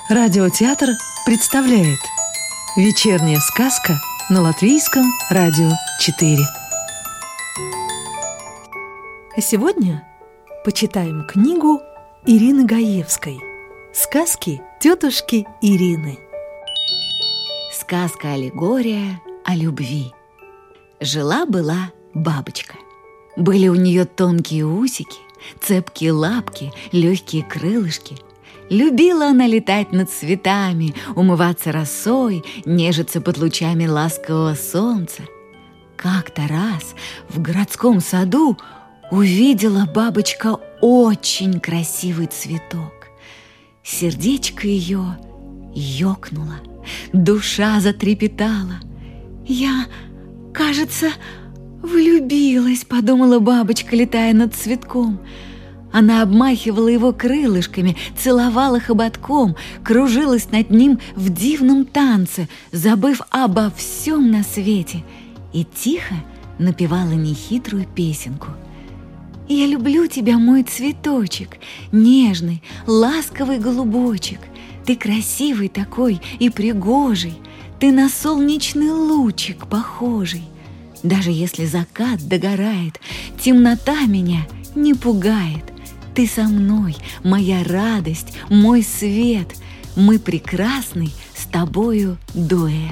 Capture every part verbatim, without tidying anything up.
Радиотеатр представляет «Вечерняя сказка» на Латвийском радио четыре. А сегодня почитаем книгу Ирины Гаевской «Сказки тетушки Ирины». Сказка-аллегория о любви. Жила-была бабочка. Были у нее тонкие усики, цепкие лапки, легкие крылышки. Любила она летать над цветами, умываться росой, нежиться под лучами ласкового солнца. Как-то раз в городском саду увидела бабочка очень красивый цветок. Сердечко ее ёкнуло, душа затрепетала. «Я, кажется, влюбилась», — подумала бабочка, летая над цветком. Она обмахивала его крылышками, целовала хоботком, кружилась над ним в дивном танце, забыв обо всем на свете, и тихо напевала нехитрую песенку. «Я люблю тебя, мой цветочек, нежный, ласковый голубочек. Ты красивый такой и пригожий, ты на солнечный лучик похожий. Даже если закат догорает, темнота меня не пугает. Ты со мной, моя радость, мой свет, мы прекрасный с тобою дуэт».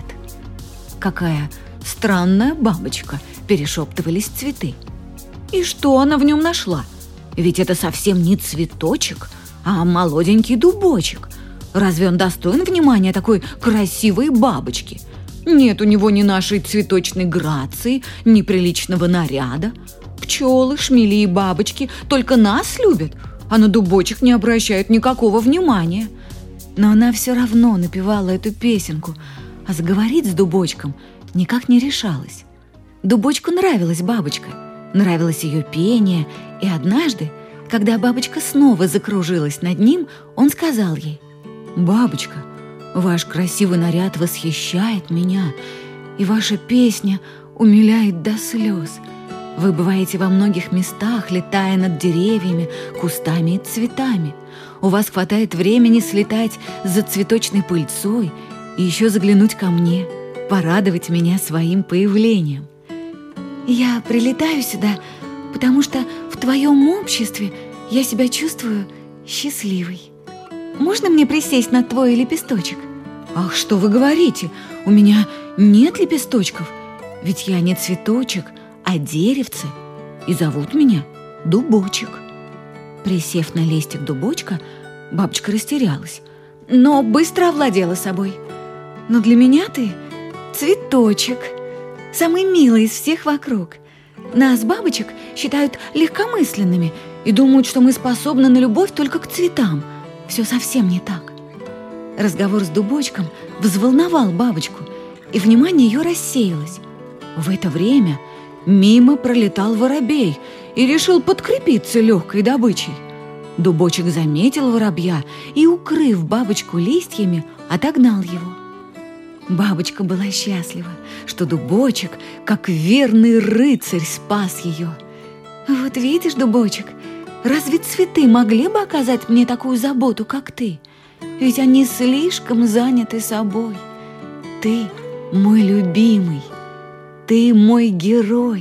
«Какая странная бабочка!» – перешептывались цветы. «И что она в нем нашла? Ведь это совсем не цветочек, а молоденький дубочек. Разве он достоин внимания такой красивой бабочки? Нет у него ни нашей цветочной грации, ни приличного наряда. Пчелы, шмели и бабочки только нас любят, а на дубочек не обращают никакого внимания». Но она все равно напевала эту песенку, а заговорить с дубочком никак не решалась. Дубочку нравилась бабочка, нравилось ее пение, и однажды, когда бабочка снова закружилась над ним, он сказал ей: «Бабочка, ваш красивый наряд восхищает меня, и ваша песня умиляет до слез. Вы бываете во многих местах, летая над деревьями, кустами и цветами. У вас хватает времени слетать за цветочной пыльцой и еще заглянуть ко мне, порадовать меня своим появлением. Я прилетаю сюда, потому что в твоем обществе я себя чувствую счастливой. Можно мне присесть на твой лепесточек?» «Ах, что вы говорите? У меня нет лепесточков, ведь я не цветочек, а деревце, и зовут меня Дубочек». Присев на листик дубочка, бабочка растерялась, но быстро овладела собой. «Но для меня ты цветочек, самый милый из всех вокруг. Нас, бабочек, считают легкомысленными и думают, что мы способны на любовь только к цветам. Все совсем не так». Разговор с дубочком взволновал бабочку, и внимание ее рассеялось. В это время мимо пролетал воробей и решил подкрепиться легкой добычей. Дубочек заметил воробья и, укрыв бабочку листьями, отогнал его. Бабочка была счастлива, что дубочек, как верный рыцарь, спас ее. «Вот видишь, дубочек, разве цветы могли бы оказать мне такую заботу, как ты? Ведь они слишком заняты собой. Ты мой любимый, ты мой герой».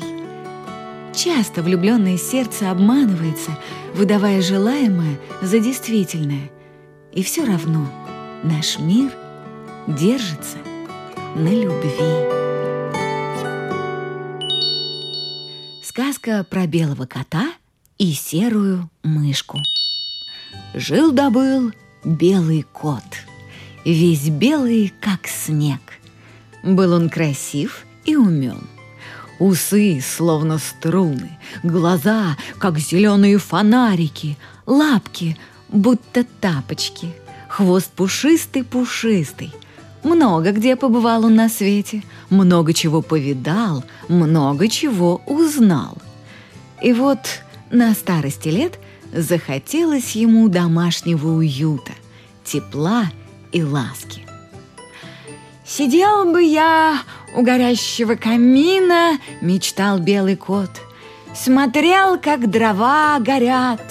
Часто влюбленное сердце обманывается, выдавая желаемое за действительное. И все равно наш мир держится на любви. Сказка про белого кота и серую мышку. Жил-да-был белый кот, весь белый, как снег. Был он красив и умен. Усы, словно струны, глаза, как зеленые фонарики, лапки, будто тапочки, хвост пушистый-пушистый. Много где побывал он на свете, много чего повидал, много чего узнал. И вот на старости лет захотелось ему домашнего уюта, тепла и ласки. «Сидел бы я у горящего камина, — мечтал белый кот, — смотрел, как дрова горят,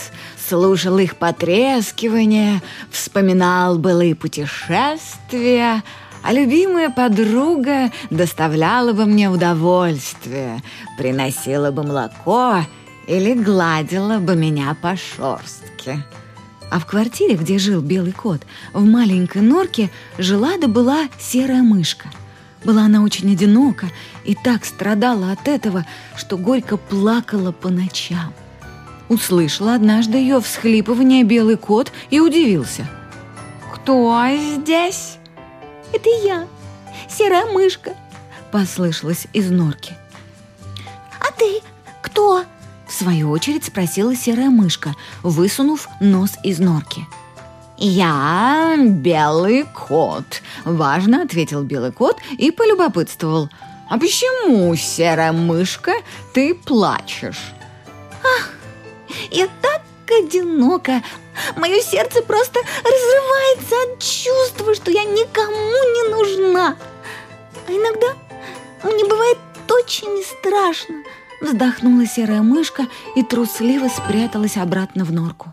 слушал их потрескивание, вспоминал былые путешествия, а любимая подруга доставляла бы мне удовольствие, приносила бы молоко или гладила бы меня по шерстке. А в квартире, где жил белый кот, в маленькой норке жила да была серая мышка. Была она очень одинока и так страдала от этого, что горько плакала по ночам. Услышал однажды ее всхлипывание белый кот и удивился. «Кто здесь?» «Это я, серая мышка», — послышалось из норки. «А ты кто?» — в свою очередь спросила серая мышка, высунув нос из норки. «Я белый кот», — важно ответил белый кот и полюбопытствовал. «А почему, серая мышка, ты плачешь?» «Ах, я так одинока! Мое сердце просто разрывается от чувства, что я никому не нужна. А иногда мне бывает очень страшно», — вздохнула серая мышка и трусливо спряталась обратно в норку.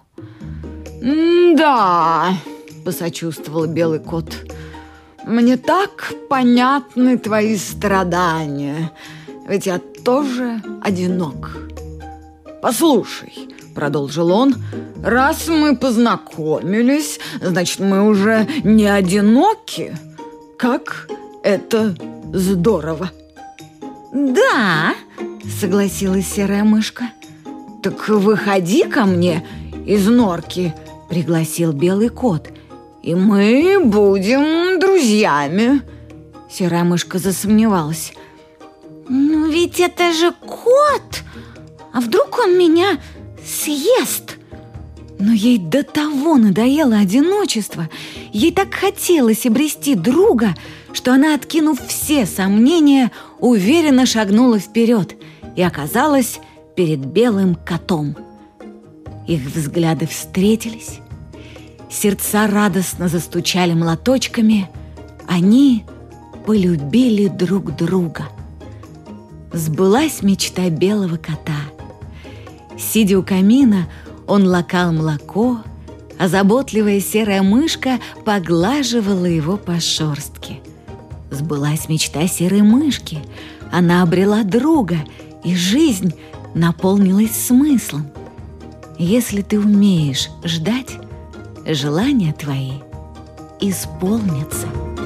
«Да», — посочувствовал белый кот, — «мне так понятны твои страдания, ведь я тоже одинок. Послушай», — продолжил он, — «раз мы познакомились, значит, мы уже не одиноки. Как это здорово!» «Да», — согласилась серая мышка. «Так выходи ко мне из норки», — пригласил белый кот, — «и мы будем друзьями». Серая мышка засомневалась. «Ну ведь это же кот! А вдруг он меня съест?» Но ей до того надоело одиночество, ей так хотелось обрести друга, что она, откинув все сомнения, уверенно шагнула вперед и оказалась перед белым котом. Их взгляды встретились, сердца радостно застучали молоточками, они полюбили друг друга. Сбылась мечта белого кота. Сидя у камина, он лакал молоко, а заботливая серая мышка поглаживала его по шерстке. Сбылась мечта серой мышки. Она обрела друга, и жизнь наполнилась смыслом. Если ты умеешь ждать, желания твои исполнятся.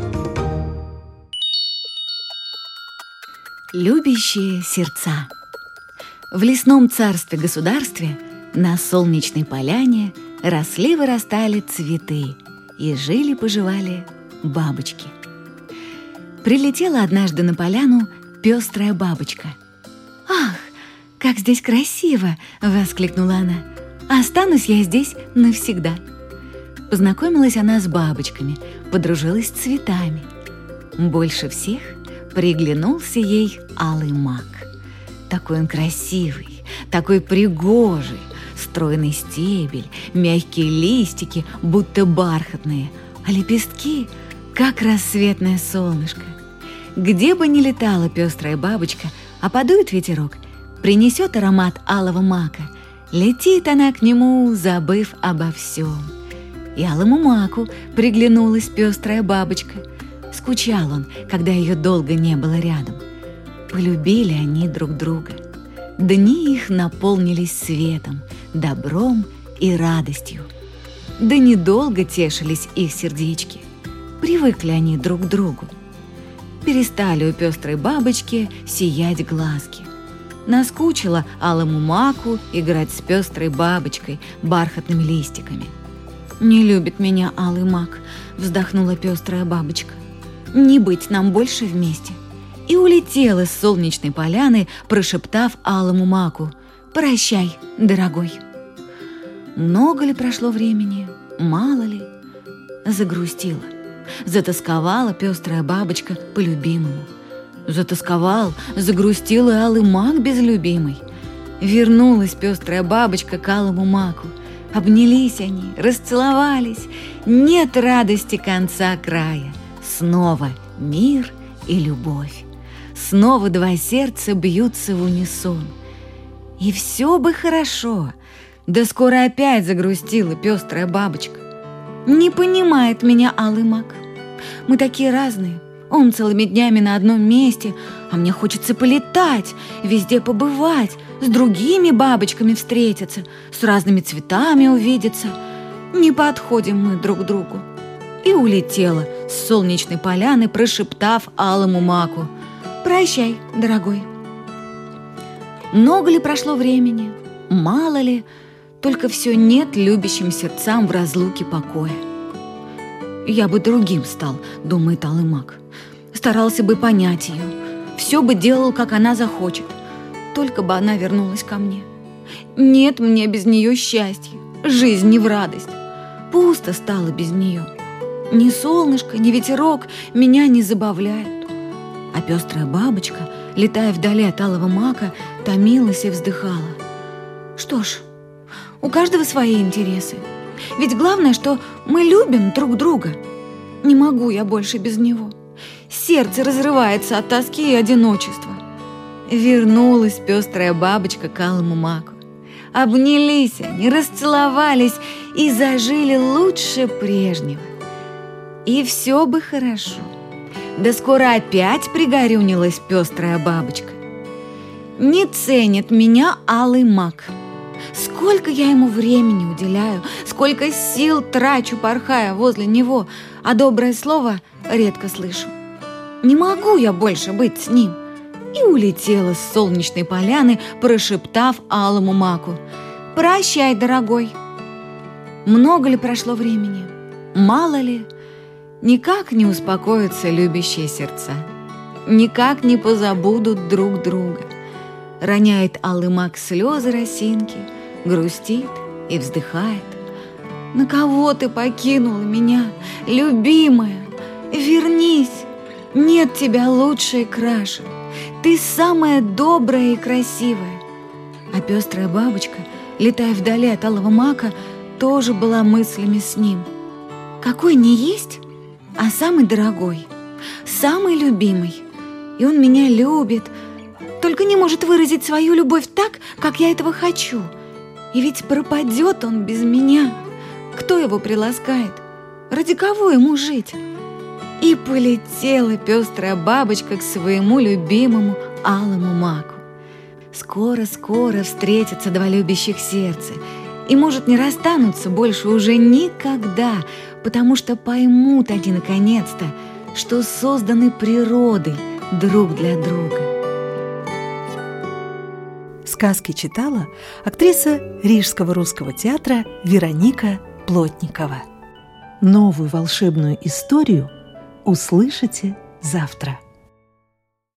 Любящие сердца. В лесном царстве-государстве на солнечной поляне росли-вырастали цветы, и жили-поживали бабочки. Прилетела однажды на поляну пестрая бабочка. «Ах, как здесь красиво!» — воскликнула она. «Останусь я здесь навсегда». Познакомилась она с бабочками, подружилась с цветами. Больше всех приглянулся ей алый мак. Такой он красивый, такой пригожий, стройный стебель, мягкие листики, будто бархатные, а лепестки, как рассветное солнышко. Где бы ни летала пестрая бабочка, а подует ветерок, принесет аромат алого мака, летит она к нему, забыв обо всем. И алому маку приглянулась пестрая бабочка. Скучал он, когда ее долго не было рядом. Полюбили они друг друга. Дни их наполнились светом, добром и радостью. Да недолго тешились их сердечки. Привыкли они друг к другу. Перестали у пестрой бабочки сиять глазки. Наскучило алому маку играть с пестрой бабочкой бархатными листиками. «Не любит меня алый мак», — вздохнула пестрая бабочка. «Не быть нам больше вместе». И улетела с солнечной поляны, прошептав алому маку: «Прощай, дорогой». Много ли прошло времени, мало ли? Загрустила, затосковала пестрая бабочка по любимому. Затосковал, загрустил и алый мак без любимой. Вернулась пестрая бабочка к алому маку. Обнялись они, расцеловались. Нет радости конца края. Снова мир и любовь. Снова два сердца бьются в унисон. И все бы хорошо, Да скоро опять загрустила пестрая бабочка. Не понимает меня алый мак. Мы такие разные. Он целыми днями на одном месте, а мне хочется полетать, везде побывать, с другими бабочками встретиться, с разными цветами увидеться. Не подходим мы друг другу. И улетела с солнечной поляны, прошептав алому маку: «Прощай, дорогой». Много ли прошло времени? Мало ли, только все нет любящим сердцам в разлуке покоя. «Я бы другим стал», — думает алый мак. «Старался бы понять ее, все бы делал, как она захочет, только бы она вернулась ко мне. Нет мне без нее счастья, жизнь не в радость. Пусто стало без нее. Ни солнышко, ни ветерок меня не забавляют». А пестрая бабочка, летая вдали от алого мака, томилась и вздыхала. Что ж, у каждого свои интересы. Ведь главное, что мы любим друг друга. Не могу я больше без него. Сердце разрывается от тоски и одиночества. Вернулась пестрая бабочка к алому маку. Обнялись они, расцеловались и зажили лучше прежнего. И все бы хорошо. Да скоро опять пригорюнилась пестрая бабочка. Не ценит меня алый мак. Сколько я ему времени уделяю, сколько сил трачу, порхая возле него, а доброе слово редко слышу. Не могу я больше быть с ним. И улетела с солнечной поляны, прошептав алому маку: «Прощай, дорогой». Много ли прошло времени? Мало ли? Никак не успокоятся любящие сердца, никак не позабудут друг друга. Роняет алый мак слезы росинки, грустит и вздыхает. «На кого ты покинула меня, любимая? Вернись! Нет тебя лучше и краше. Ты самая добрая и красивая». А пестрая бабочка, летая вдали от алого мака, тоже была мыслями с ним. Какой не есть, а самый дорогой, самый любимый. И он меня любит, только не может выразить свою любовь так, как я этого хочу. И ведь пропадет он без меня. Кто его приласкает? Ради кого ему жить? И полетела пестрая бабочка к своему любимому алому маку. Скоро-скоро встретятся два любящих сердца, и, может, не расстанутся больше уже никогда, потому что поймут они наконец-то, что созданы природой друг для друга. Сказки читала актриса Рижского русского театра Вероника Плотникова. Новую волшебную историю услышите завтра.